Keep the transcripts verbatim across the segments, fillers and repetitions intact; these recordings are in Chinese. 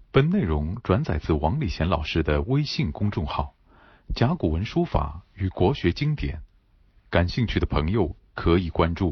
本内容转载自王礼贤老师的微信公众号“甲骨文书法与国学经典”，感兴趣的朋友可以关注。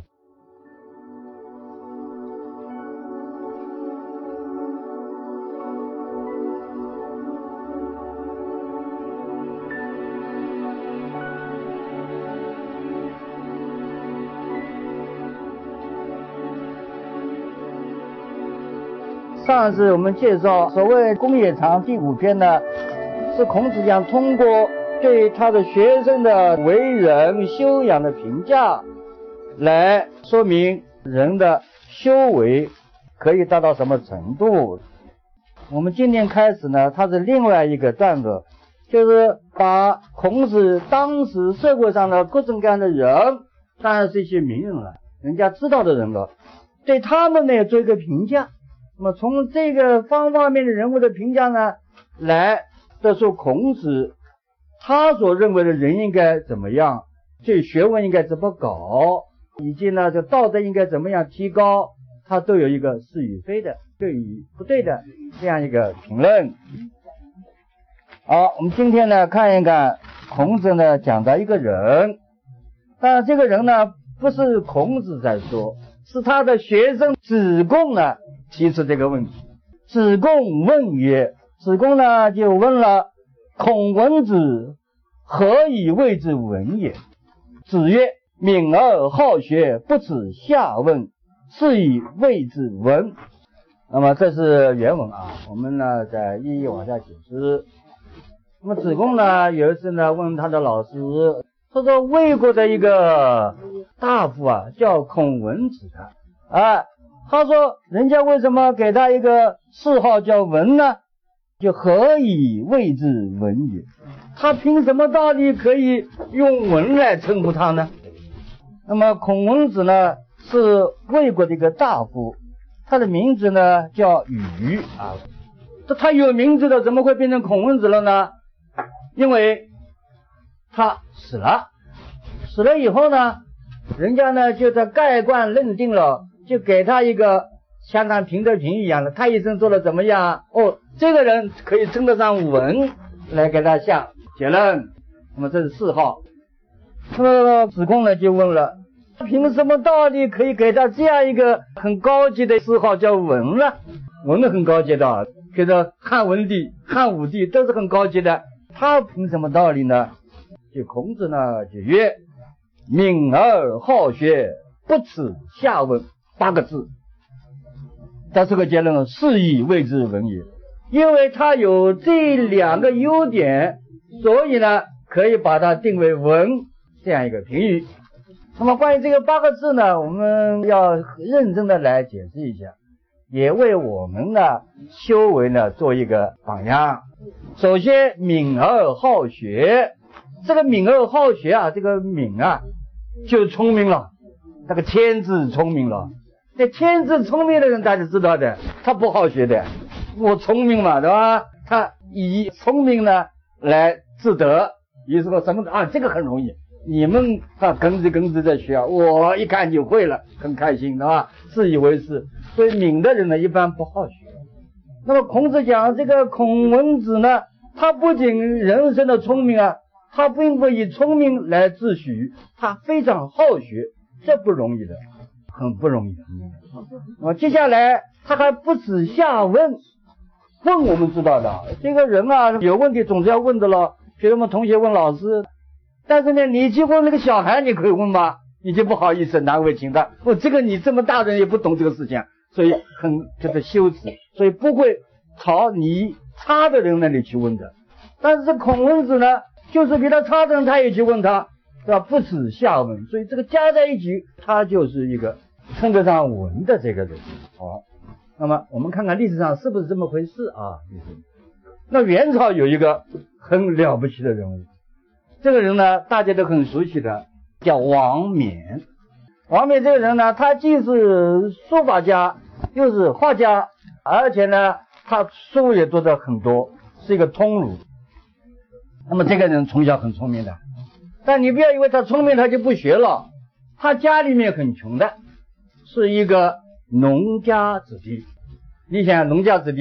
上次我们介绍所谓公冶长第五篇呢，是孔子讲通过对他的学生的为人修养的评价，来说明人的修为可以达到什么程度。我们今天开始呢，它是另外一个段落，就是把孔子当时社会上的各种各样的人，当然是一些名人了，人家知道的人了，对他们呢做一个评价。那么从这个方方面面的人物的评价呢，来得出孔子他所认为的人应该怎么样，对学问应该怎么搞，以及呢这道德应该怎么样提高，他都有一个是与非的，对与不对的这样一个评论。好，我们今天呢看一看孔子呢讲的一个人，当然这个人呢不是孔子在说，是他的学生子贡呢提出这个问题。子贡问曰，子贡呢就问了，孔文子何以谓之文也？子曰，敏而好学，不耻下问，是以谓之文。那么这是原文啊，我们呢再一一往下解释。那么子贡呢有一次呢问他的老师，他说魏国的一个大夫啊叫孔文子的啊，他说人家为什么给他一个谥号叫文呢？就何以谓之文也？他凭什么道理可以用文来称呼他呢？那么孔文子呢是魏国的一个大夫，他的名字呢叫禹啊。他有名字的怎么会变成孔文子了呢？因为他死了，死了以后呢，人家呢就在盖棺认定了，就给他一个像他评德评一样的，他一生做的怎么样？哦，这个人可以称得上文来给他下结论。那么这是谥号。那么子贡呢就问了，凭什么道理可以给他这样一个很高级的谥号叫文呢？文很高级的，给他汉文帝、汉武帝都是很高级的，他凭什么道理呢？就孔子呢就曰，敏而好学，不耻下问，八个字。他这个结论是以谓之文也。因为他有这两个优点，所以呢可以把它定为文这样一个评语。那么关于这个八个字呢，我们要认真的来解释一下，也为我们的修为呢做一个榜样。首先，敏而好学，这个敏而好学啊，这个敏啊就聪明了，那个天资聪明了。这天资聪明的人大家知道的，他不好学的，我聪明嘛，对吧？他以聪明呢来自得，也是说什么啊？这个很容易，你们啊跟着跟着在学，我一看就会了，很开心，对吧？自以为是。所以敏的人呢一般不好学。那么孔子讲这个孔文子呢，他不仅人生的聪明啊，他并不以聪明来自诩，他非常好学，这不容易的，很不容易的。那么接下来他还不耻下问。问我们知道的，这个人啊有问题总是要问的了，比如我们同学问老师，但是呢你去问那个小孩你可以问吗？你就不好意思难为情他，哦，这个你这么大人也不懂这个事情，所以很就是羞耻，所以不会朝你差的人那里去问的。但是这孔文子呢，就是比他差的人他也去问他，是吧？不耻下问，所以这个加在一起，他就是一个称得上文的这个人。好，那么我们看看历史上是不是这么回事啊？那元朝有一个很了不起的人物，这个人呢大家都很熟悉的，叫王冕。王冕这个人呢，他既是书法家，又是画家，而且呢他书也读得很多，是一个通儒。那么这个人从小很聪明的，但你不要以为他聪明他就不学了，他家里面很穷的，是一个农家子弟。你想农家子弟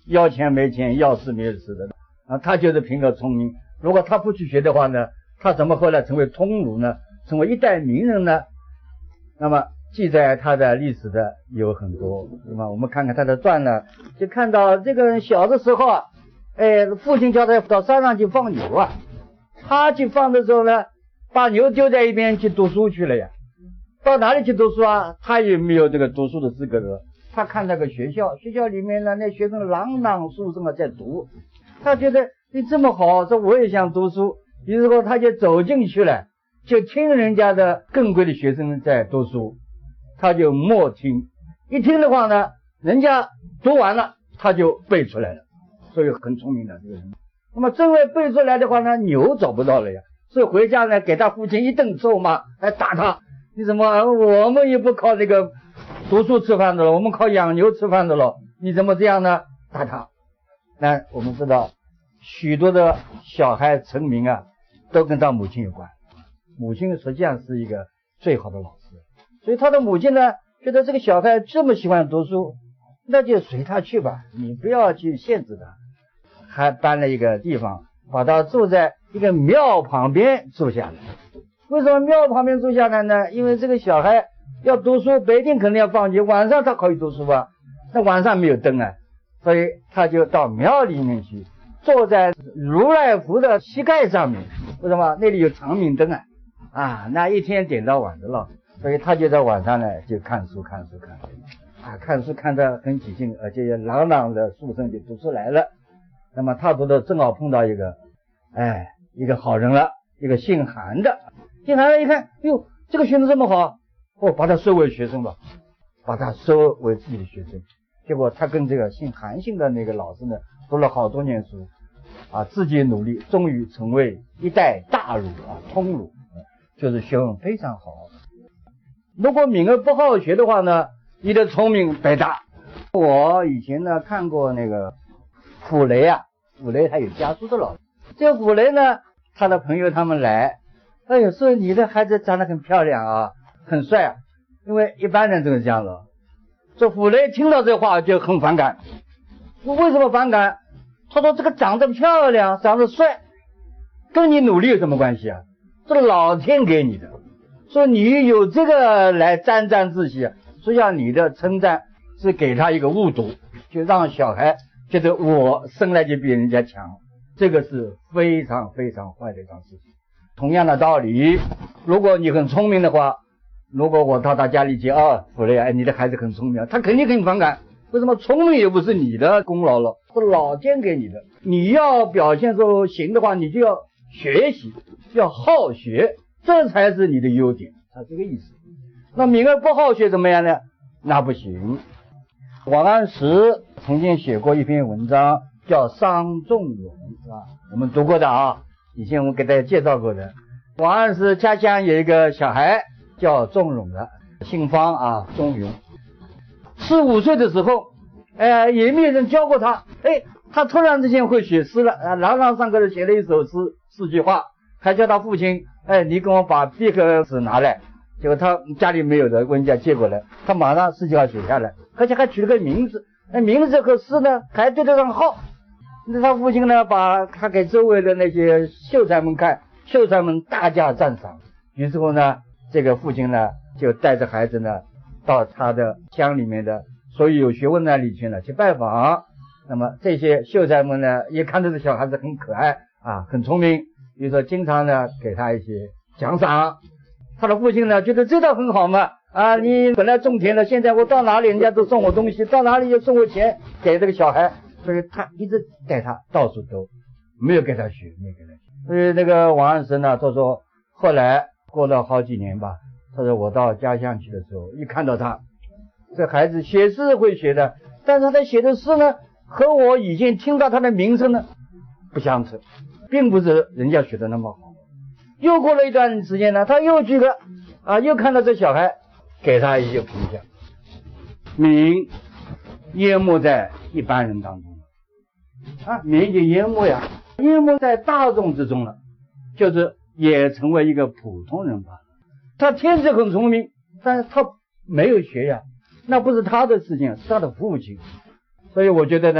要钱没钱，要事没事的啊，他就是凭着聪明。如果他不去学的话呢，他怎么后来成为通儒呢？成为一代名人呢？那么记载他的历史的有很多，那么我们看看他的传呢，就看到这个人小的时候啊，哎，父亲叫他到山上去放牛啊，他去放的时候呢，把牛丢在一边去读书去了呀。到哪里去读书啊？他也没有这个读书的资格的。他看那个学校，学校里面呢，那学生朗朗书声啊在读，他觉得你这么好，说我也想读书，于是乎他就走进去了，就听人家的更贵的学生在读书，他就默听，一听的话呢，人家读完了，他就背出来了，所以很聪明的这个人。那么正为背出来的话呢，牛找不到了呀，所以回家呢，给他父亲一顿咒骂，来打他。你怎么我们也不靠这个读书吃饭的了，我们靠养牛吃饭的了，你怎么这样呢？打他。那我们知道许多的小孩成名啊，都跟他母亲有关，母亲实际上是一个最好的老师，所以他的母亲呢，觉得这个小孩这么喜欢读书，那就随他去吧，你不要去限制他。还搬了一个地方，把他住在一个庙旁边住下来。为什么庙旁边住下来呢？因为这个小孩要读书，白天肯定要放学，晚上他可以读书啊，那晚上没有灯啊，所以他就到庙里面去，坐在如来佛的膝盖上面。为什么？那里有长明灯啊，啊，那一天点到晚的了，所以他就在晚上呢就看书看书看书啊，看书看得很起劲，而且朗朗的书声就读出来了。那么他读的正好碰到一个，哎，一个好人了，一个姓韩的。姓韩的一看，哟，这个学生这么好，哦，把他收为学生吧，把他收为自己的学生。结果他跟这个姓韩姓的那个老师呢，读了好多年书，啊，自己努力，终于成为一代大儒啊，通儒，就是学问非常好。如果敏儿不好好学的话呢，你的聪明白搭。我以前呢看过那个傅雷啊，傅雷还有家书的老师。这个傅雷呢，他的朋友他们来，哎呦，说你的孩子长得很漂亮啊，很帅啊，因为一般人都是这样的。这傅雷听到这话就很反感。我为什么反感？他说这个长得漂亮，长得帅，跟你努力有什么关系啊？这是老天给你的，说你有这个来沾沾自喜，实际上你的称赞是给他一个误读，就让小孩觉得我生来就比人家强，这个是非常非常坏的一桩事情。同样的道理，如果你很聪明的话，如果我到他家里去，哦，傅雷，哎，你的孩子很聪明，他肯定很反感。为什么？聪明也不是你的功劳了，是老天给你的。你要表现出行的话，你就要学习，要好学，这才是你的优点，他这个意思。那敏儿不好学怎么样呢？那不行。王安石曾经写过一篇文章叫《伤仲永》，是吧？我们读过的啊，以前我们给大家介绍过的。王安石家乡有一个小孩叫仲永的，姓方啊，仲永。十五岁的时候，哎，也没有人教过他，哎，他突然之间会写诗了啊，朗朗上口的写了一首诗，四句话，还叫他父亲，哎，你给我把笔和纸拿来。结果他家里没有的，问人家借过来，他马上四句话写下来，而且还取了个名字，那名字和诗呢还对得上号。那他父亲呢，把他给周围的那些秀才们看，秀才们大加赞赏。于是乎呢，这个父亲呢就带着孩子呢到他的乡里面的所有有学问那里去了去拜访。那么这些秀才们呢也看到这小孩子很可爱啊，很聪明，比如说经常呢给他一些奖赏。他的父亲呢觉得这倒很好嘛，啊，你本来种田的，现在我到哪里人家都送我东西，到哪里又送我钱给这个小孩，所以他一直带他到处都没有给他学，没有给他学。所以那个王安石呢，他说后来过了好几年吧，他说我到家乡去的时候，一看到他这孩子写诗会写的，但是他写的诗呢和我以前听到他的名声呢不相称，并不是人家学的那么好。又过了一段时间呢，他又去了啊，又看到这小孩，给他一些评价，名淹没在一般人当中了啊，名就淹没呀，淹没在大众之中了，就是也成为一个普通人罢了。他天资很聪明，但是他没有学呀，那不是他的事情，是他的父亲。所以我觉得呢，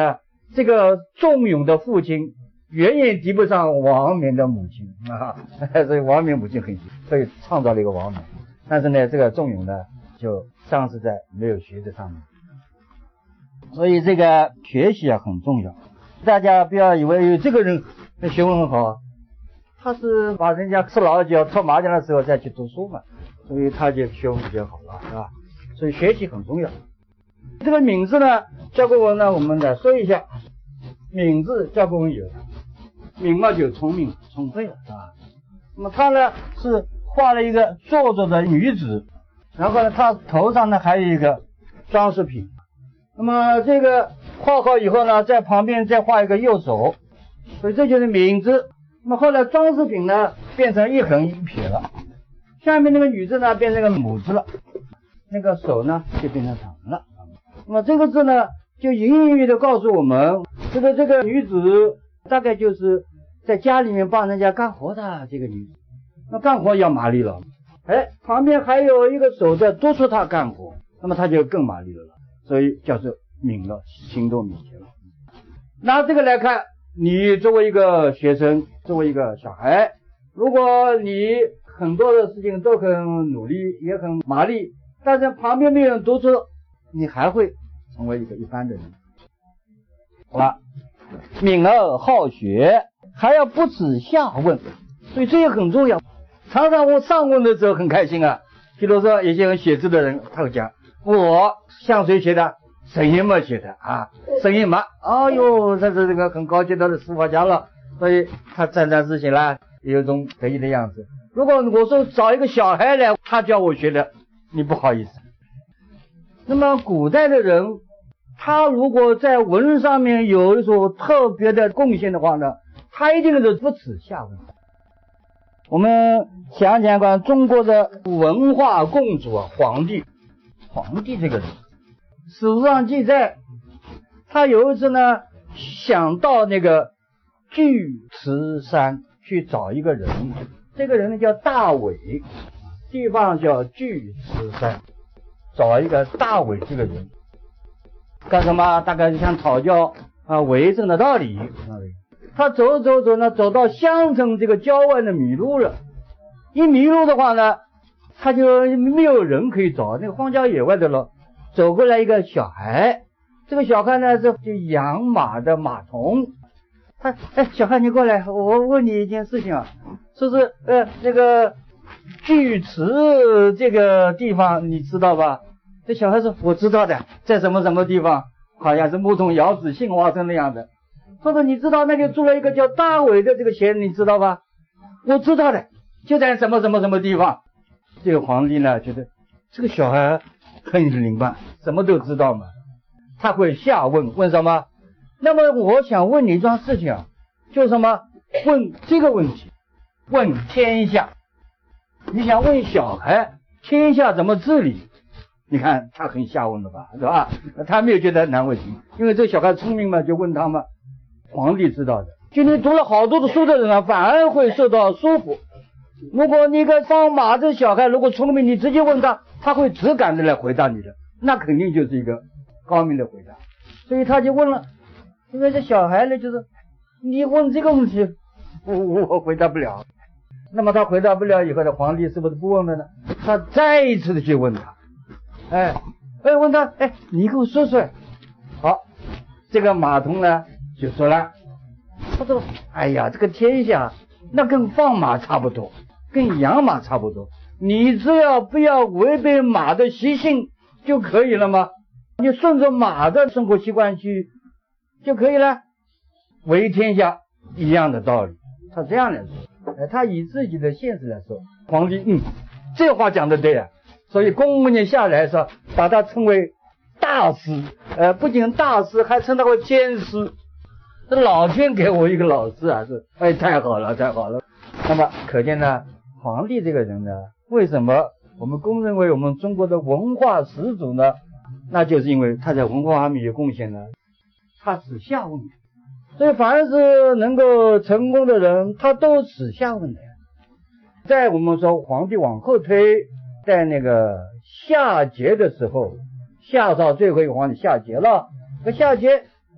这个仲永的父亲远远敌不上王冕的母亲啊，所以王冕母亲很，所以创造了一个王冕。但是呢，这个仲永呢，就丧失在没有学的上面。所以这个学习啊很重要，大家不要以为这个人学问很好啊，他是把人家吃老酒、搓麻将的时候再去读书嘛，所以他就学问比较好了，是吧？所以学习很重要。这个闵字呢，教国文呢，我们来说一下。闵字教国文有，闵嘛就聪明、聪慧了，是吧？那么他呢是画了一个坐着的女子，然后呢，他头上呢还有一个装饰品。那么这个画好以后呢，在旁边再画一个右手，所以这就是闵字。那么后来装饰品呢变成一横一撇了，下面那个女字呢变成个母字了，那个手呢就变成长了。那么这个字呢就隐隐约约的告诉我们，这个这个女子大概就是在家里面帮人家干活的这个女子。那干活要麻利了，哎，旁边还有一个手在督促她干活，那么她就更麻利了，所以叫做敏了，行动敏捷了。拿这个来看，你作为一个学生，作为一个小孩，如果你很多的事情都很努力，也很麻利，但是旁边没有人督促，你还会成为一个一般的人。好吧，敏而好学，还要不耻下问，所以这也很重要。常常我上问的时候很开心啊，比如说有些人写字的人，他会讲我向谁学的？沈寅恪学的啊，沈寅恪，哎呦，这是这个很高阶的书法家了，所以他沾沾自喜啦，有一种得意的样子。如果我说找一个小孩来，他教我学的，你不好意思。那么古代的人，他如果在文上面有一所特别的贡献的话呢，他一定是不耻下问。我们想想看，中国的文化共主啊，皇帝，皇帝这个人，史书上记载，他有一次呢，想到那个巨池山去找一个人，这个人呢叫大伟，地方叫巨池山，找一个大伟这个人，干什么？大概是想讨教啊为政的道理。他走走走呢，走到襄城这个郊外的迷路了。一迷路的话呢，他就没有人可以找，那个荒郊野外的了。走过来一个小孩，这个小孩呢是就养马的马童。他哎，小孩你过来，我问你一件事情啊，说是呃那个巨池这个地方你知道吧？这小孩说我知道的，在什么什么地方，好像是牧童遥指杏花村那样的。说是你知道那里住了一个叫大伟的这个贤人，你知道吧？我知道的，就在什么什么什么地方。这个皇帝呢觉得这个小孩很灵光，什么都知道嘛，他会下问，问什么？那么我想问你一桩事情啊，就是什么？问这个问题，问天下。你想问小孩天下怎么治理？你看他很下问了吧，是吧？他没有觉得难为情，因为这小孩聪明嘛，就问他嘛。皇帝知道的，就你读了好多的书的人啊，反而会受到束缚。如果你个放马这小孩如果聪明，你直接问他，他会直感的来回答你的，那肯定就是一个高明的回答。所以他就问了，因为这小孩呢，就是你问这个问题，我我回答不了。那么他回答不了以后呢，皇帝是不是不问了呢？他再一次的去问他，哎哎问他，哎你给我说说。好，这个马童呢就说了，他说哎呀，这个天下那跟放马差不多，跟养马差不多，你只要不要违背马的习性就可以了吗？你顺着马的生活习惯去就可以了，为天下一样的道理。他这样来说，呃，他以自己的现实来说，皇帝嗯，这话讲的对啊，所以公务员下来说，把他称为大师，呃，不仅大师，还称他为天师。这老天给我一个老师啊，是哎，太好了，太好了。那么可见呢，皇帝这个人呢，为什么我们公认为我们中国的文化始祖呢？那就是因为他在文化方面有贡献呢，他耻下问。所以凡是能够成功的人，他都耻下问的。在我们说皇帝往后推，在那个夏桀的时候，夏朝最后一个皇帝夏桀了，这夏桀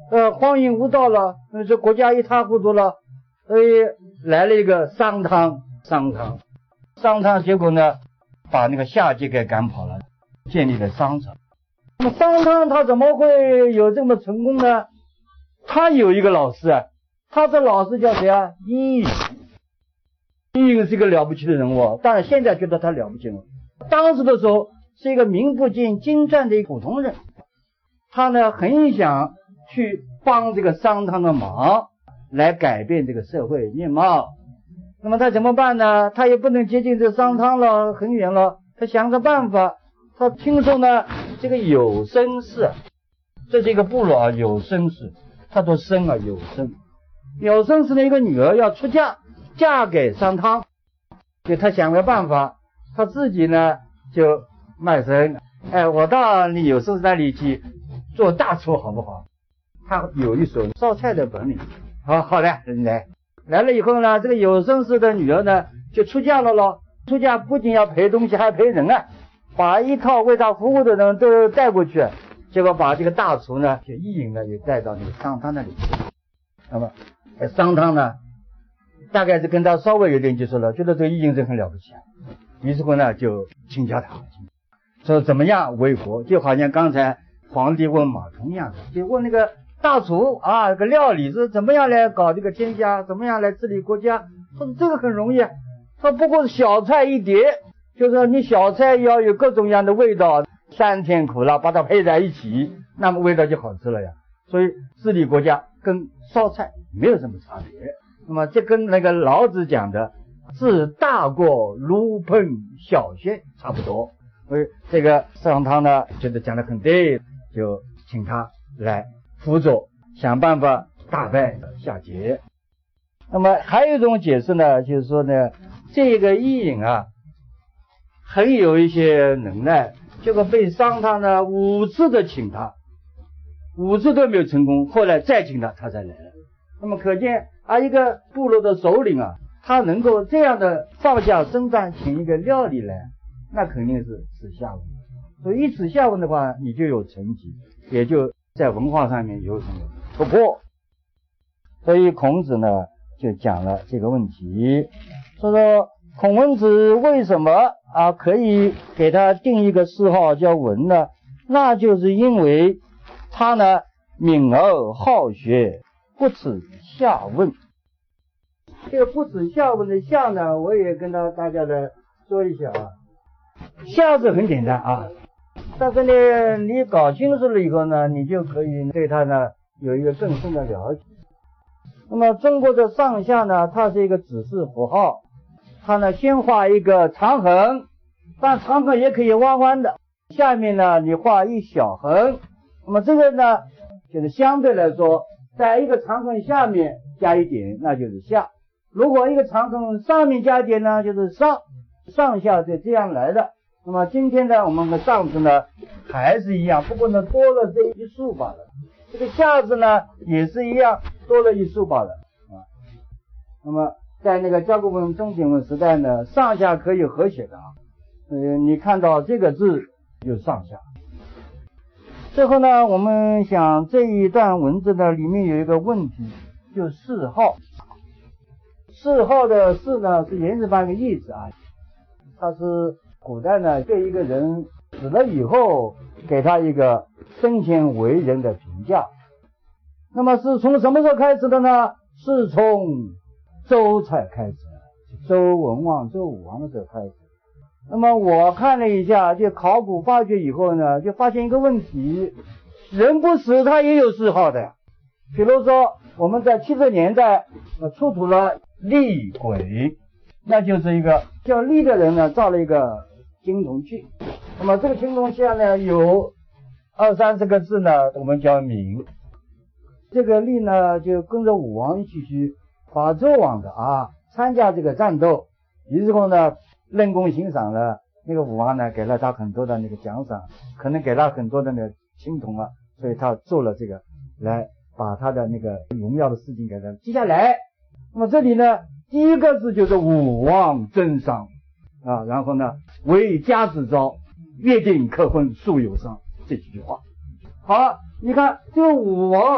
呃，荒淫无道了，那这国家一塌糊涂了，所以来了一个商汤，商汤，商汤结果呢，把那个夏桀给赶跑了，建立了商朝。那么商汤他怎么会有这么成功呢？他有一个老师啊，他的老师叫谁啊？伊尹。伊尹是一个了不起的人物，当然现在觉得他了不起了，当时的时候是一个名不见经传的一个普通人，他呢很想去帮这个商汤的忙，来改变这个社会面貌。那么他怎么办呢？他也不能接近这商汤了，很远了，他想个办法。他听说呢，这个有生氏，这是一个部落啊，有生氏，他说生啊，有生，有生氏的一个女儿要出嫁，嫁给商汤，所以他想个办法，他自己呢就卖身，哎，我到你有生氏那里去做大厨好不好？他有一手烧菜的本领。好，好的，来来了以后呢，这个有生氏的女儿呢就出嫁了咯。出嫁不仅要陪东西，还陪人啊，把一套为他服务的人都带过去，结果把这个大厨呢，就伊尹呢，也带到那个商汤那里去。那么商汤呢，大概是跟他稍微有点接触了，觉得这个伊尹是很了不起啊，于是乎呢就请教他，说怎么样为国，就好像刚才皇帝问马童一样的，就问那个大厨啊，这个料理是怎么样来搞这个天下，怎么样来治理国家。说这个很容易啊，说不过是小菜一碟，就是说你小菜要有各种各样的味道，酸甜苦辣把它配在一起，那么味道就好吃了呀。所以治理国家跟烧菜没有什么差别。那么这跟那个老子讲的治大国如烹小鲜差不多。所以这个商汤呢觉得讲得很对，就请他来辅佐，想办法打败夏桀。那么还有一种解释呢，就是说呢，这个伊尹啊很有一些能耐，结果被商汤呢五次的请他，五次都没有成功，后来再请他，他才来了。那么可见啊，一个部落的首领啊，他能够这样的放下身段请一个料理来，那肯定是耻下问。所以一耻下问的话，你就有成绩，也就在文化上面有什么突破。所以孔子呢就讲了这个问题，说说孔文子为什么啊可以给他定一个谥号叫文呢？那就是因为他呢敏而好学，不耻下问。这个不耻下问的下呢，我也跟他大家来说一下啊。下字很简单啊，但是呢你搞清楚了以后呢，你就可以对他呢有一个更深的了解。那么中国的上下呢，它是一个指示符号，它呢先画一个长横，但长横也可以弯弯的，下面呢你画一小横，那么这个呢就是相对来说，在一个长横下面加一点，那就是下；如果一个长横上面加一点呢，就是上，上下是这样来的。那么今天呢，我们和上次呢还是一样，不过呢多了这一竖罢了。这个下字呢也是一样，多了一竖罢了啊。那么在那个甲骨文、钟鼎文时代呢，上下可以合写的啊。呃，你看到这个字就是上下。最后呢，我们想这一段文字呢里面有一个问题，就是谥号。谥号的谥呢是言字旁一个义字啊，它是古代呢对一个人死了以后给他一个生前为人的评价。那么是从什么时候开始的呢？是从周才开始的，周文王、周武王的时候开始。那么我看了一下，就考古发掘以后呢，就发现一个问题，人不死他也有谥号的。比如说我们在七十年代呃出土了厉鬼，那就是一个叫厉的人呢造了一个青铜器，那么这个青铜器上呢有二三十个字呢，我们叫名。这个厉呢就跟着武王一起去伐纣王的啊，参加这个战斗，于是后呢论功行赏了，那个武王呢给了他很多的那个奖赏，可能给了很多的那个青铜啊，所以他做了这个来把他的那个荣耀的事情给他记下来。那么这里呢第一个字就是武王征商啊，然后呢为家之昭，约定可婚素有伤，这几句话。好了，你看这个武王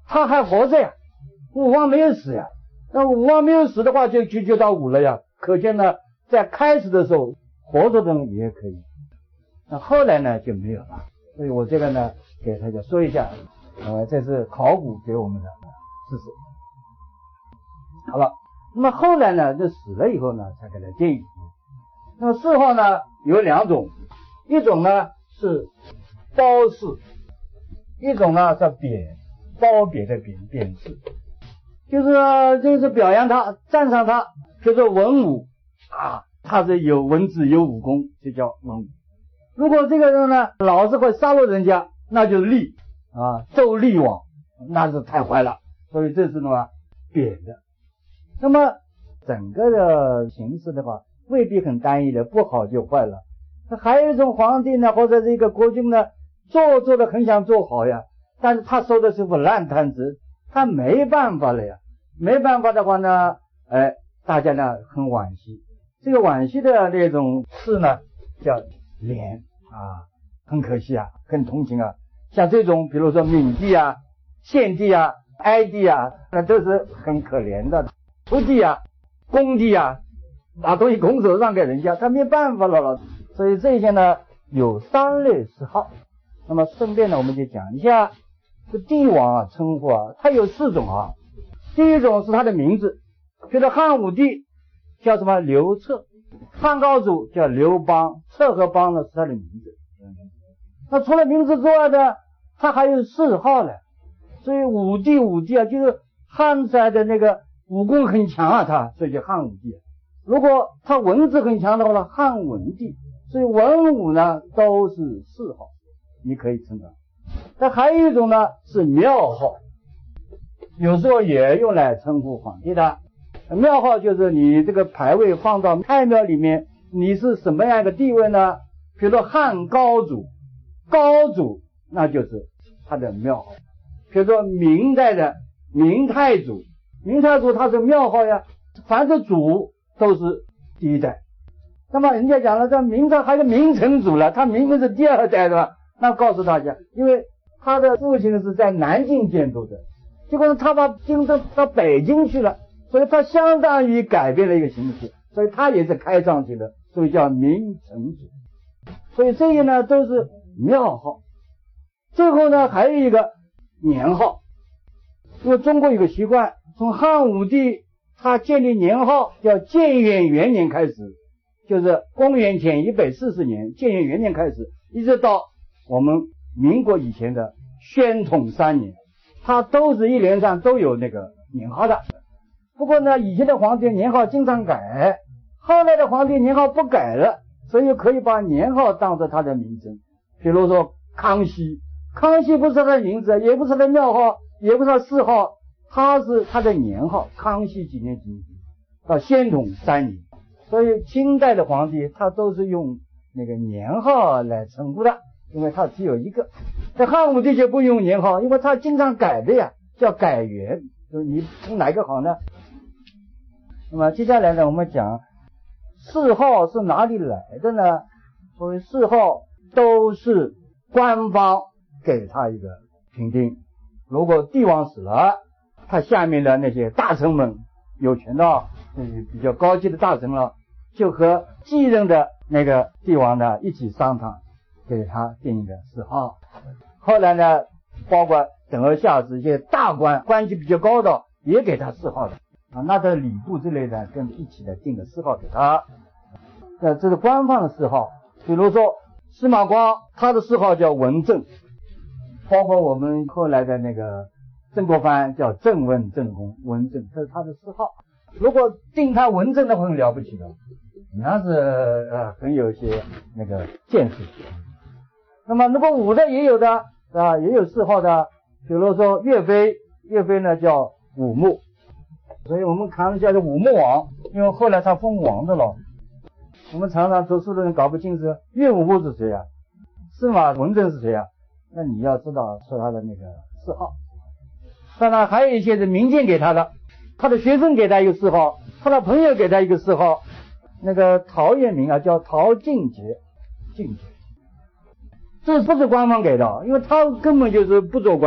他还活着呀，武王没有死呀。那武王没有死的话就，就就就到武了呀。可见呢，在开始的时候活着的人也可以，那后来呢就没有了。所以我这个呢给大家说一下，呃，这是考古给我们的知识。好了，那么后来呢，这死了以后呢，才给它定义。那么谥号呢有两种，一种呢是褒姒，一种呢是贬，褒贬的贬，贬姒，就是就是表扬他，赞赏他，就是文武啊，他是有文字有武功，就叫文武。如果这个人呢老是会杀戮人家，那就是厉啊，纣厉王，那是太坏了，所以这是什么贬的。那么整个的形式的话未必很单一的，不好就坏了。那还有一种皇帝呢，或者是一个国君呢，做做的很想做好呀，但是他收的是副烂摊子，他没办法了呀。没办法的话呢，哎，大家呢很惋惜。这个惋惜的那种事呢，叫怜啊，很可惜啊，很同情啊。像这种，比如说闵帝啊、献帝啊、哀帝啊，那都是很可怜的。徒弟啊、公弟啊，把东西拱手让给人家，他没办法了了。所以这些呢有三类谥号。那么顺便呢，我们就讲一下这帝王啊称呼啊，它有四种啊。第一种是他的名字，觉得汉武帝叫什么刘彻，汉高祖叫刘邦，彻和邦呢是他的名字。那除了名字之外呢，他还有谥号呢。所以武帝武帝啊，就是汉代的那个武功很强啊，他所以叫汉武帝。如果他文字很强的话呢，汉文帝。所以文武呢都是谥号，你可以称他。那还有一种呢是庙号，有时候也用来称呼皇帝的。庙号就是你这个牌位放到太庙里面，你是什么样一个地位呢？比如说汉高祖，高祖那就是他的庙号。比如说明代的明太祖，明太祖他是庙号呀，凡是祖都是第一代。那么人家讲了，这明朝还有明成祖了，他明明是第二代的吧？那告诉大家，因为他的父亲是在南京建都的，结果他把京都到北京去了，所以他相当于改变了一个形式，所以他也是开创性的，所以叫明成祖。所以这些呢都是庙号。最后呢还有一个年号，因为中国有个习惯，从汉武帝他建立年号叫建元元年开始，就是公元前一百四十年，建元元年开始，一直到我们民国以前的宣统三年，它都是一连上都有那个年号的。不过呢，以前的皇帝年号经常改，后来的皇帝年号不改了，所以可以把年号当作他的名称。比如说康熙，康熙不是他的名字，也不是他的庙号，也不是他谥号，他是他的年号，康熙几年几年到宣统三年。所以清代的皇帝他都是用那个年号来称呼的，因为他只有一个。在汉武帝就不用年号，因为他经常改的呀，叫改元，就是你称哪个好呢？那么接下来呢，我们讲谥号是哪里来的呢？所谓谥号都是官方给他一个评定。如果帝王死了，他下面的那些大臣们有权的，嗯，比较高级的大臣了，就和继任的那个帝王呢一起商讨，给他定一个谥号。后来呢，包括等而下之一些大官，官级比较高的也给他谥号的啊，那这礼部之类的跟一起的定个谥号给他。呃，这是官方的谥号。比如说司马光，他的谥号叫文正，包括我们后来的那个曾国藩叫正文正公，文正，这是他的谥号。如果定他文正的话，很了不起的，你要是呃很有一些那个见识。那么如果武的也有的啊，也有谥号的，比如说岳飞，岳飞呢叫武穆，所以我们常叫做武穆王，因为后来他封王的了。我们常常读书的人搞不清楚岳武穆是谁啊，司马文正是谁啊？那你要知道说他的那个谥号。当然还有一些是民间给他的，他的学生给他一个谥号，他的朋友给他一个谥号。那个陶渊明啊叫陶敬节，敬节，这不是官方给的，因为他根本就是不做官了，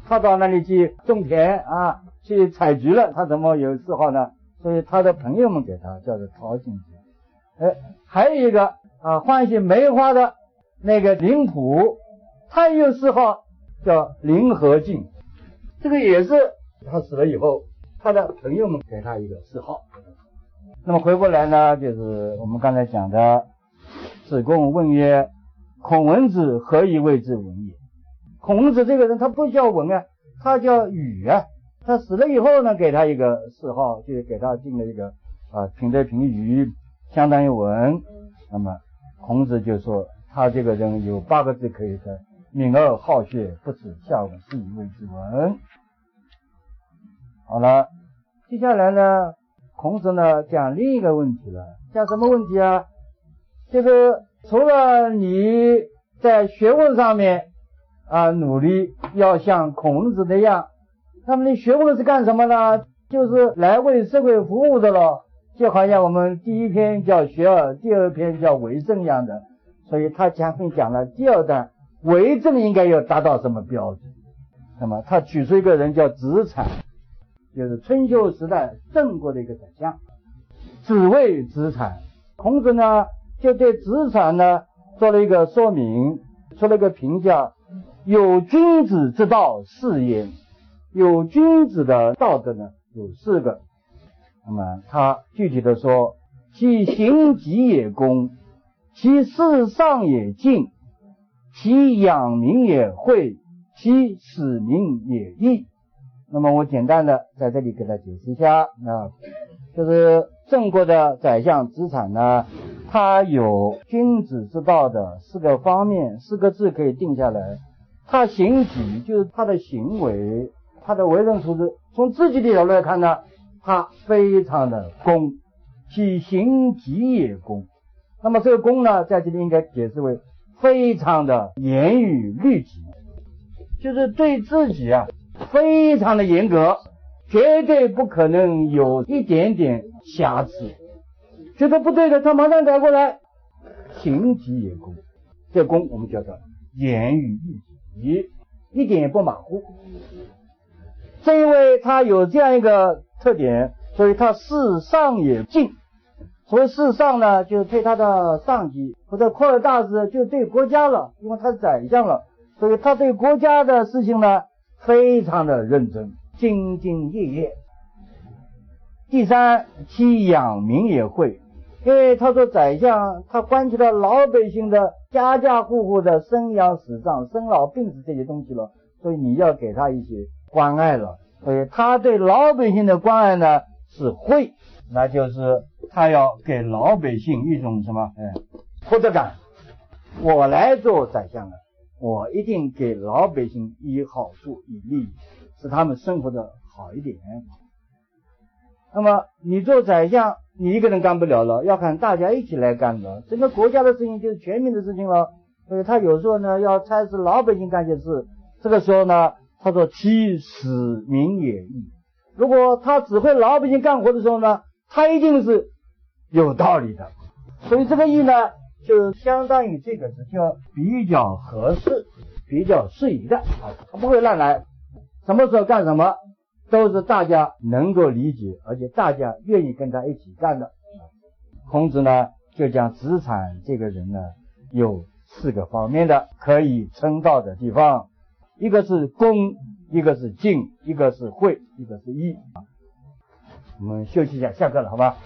他到那里去种田啊，去采菊了，他怎么有嗜好呢？所以他的朋友们给他叫做陶敬节。哎，还有一个啊，欢喜梅花的那个林甫，他也有嗜好叫林和敬，这个也是他死了以后，他的朋友们给他一个谥号。那么回过来呢，就是我们刚才讲的，子贡问曰：孔文子何以谓之文也？孔文子这个人他不叫文啊，他叫语啊。他死了以后呢，给他一个谥号，就是给他定了一个啊品德品语，相当于文。那么孔子就说他这个人有八个字可以说：敏而好学，不耻下问，是以谓之文。好了，接下来呢，孔子呢讲另一个问题了，讲什么问题啊？这个除了你在学问上面啊努力，要像孔文子那样，那么你学问是干什么呢？就是来为社会服务的了，就好像我们第一篇叫学而，第二篇叫为政一样的。所以他前面讲了第二段，为政应该要达到什么标准？那么他举出一个人叫子产，就是春秋时代郑国的一个宰相，子谓子产。孔子呢就对子产呢做了一个说明，做了一个评价：有君子之道四焉。有君子的道德呢有四个。那么他具体的说：其行己也公，其事上也敬，其养民也惠，其使民也义。那么我简单的在这里给他解释一下啊，就是郑国的宰相子产呢，他有君子之道的四个方面，四个字可以定下来。他行己就是他的行为，他的为人处事，从自己的角度来看呢，他非常的公，其行己也公。那么这个公呢，在这里应该解释为非常的严于律己，就是对自己啊非常的严格，绝对不可能有一点点瑕疵，觉得不对的他马上改过来。行己也公，这公我们叫做严于律己，一点也不马虎。正因为他有这样一个特点，所以他事上也敬。所谓事上呢，就是对他的上级，或者扩而大之，就对国家了，因为他是宰相了，所以他对国家的事情呢非常的认真，兢兢业业。第三，其养民也惠，因为他说宰相他关系到老百姓的家家户户的生养死葬、生老病死这些东西了，所以你要给他一些关爱了。所以他对老百姓的关爱呢是惠，那就是他要给老百姓一种什么哎获得感。我来做宰相了，我一定给老百姓以好处以利益，使他们生活的好一点。那么你做宰相，你一个人干不了了，要看大家一起来干了，整个国家的事情就是全民的事情了。所以他有时候呢要差使老百姓干些事，这个时候呢他说其使民也义。如果他只会老百姓干活的时候呢，他一定是有道理的。所以这个义呢就相当于这个是叫比较合适、比较适宜的啊，他不会乱来，什么时候干什么都是大家能够理解，而且大家愿意跟他一起干的。孔子呢就讲子产这个人呢有四个方面的可以称道的地方，一个是公，一个是敬，一个是惠，一个是义。我们休息一下，下课了，好吧？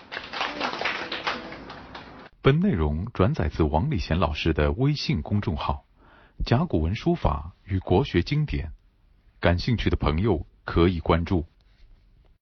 本内容转载自王礼贤老师的微信公众号甲骨文书法与国学经典，感兴趣的朋友可以关注。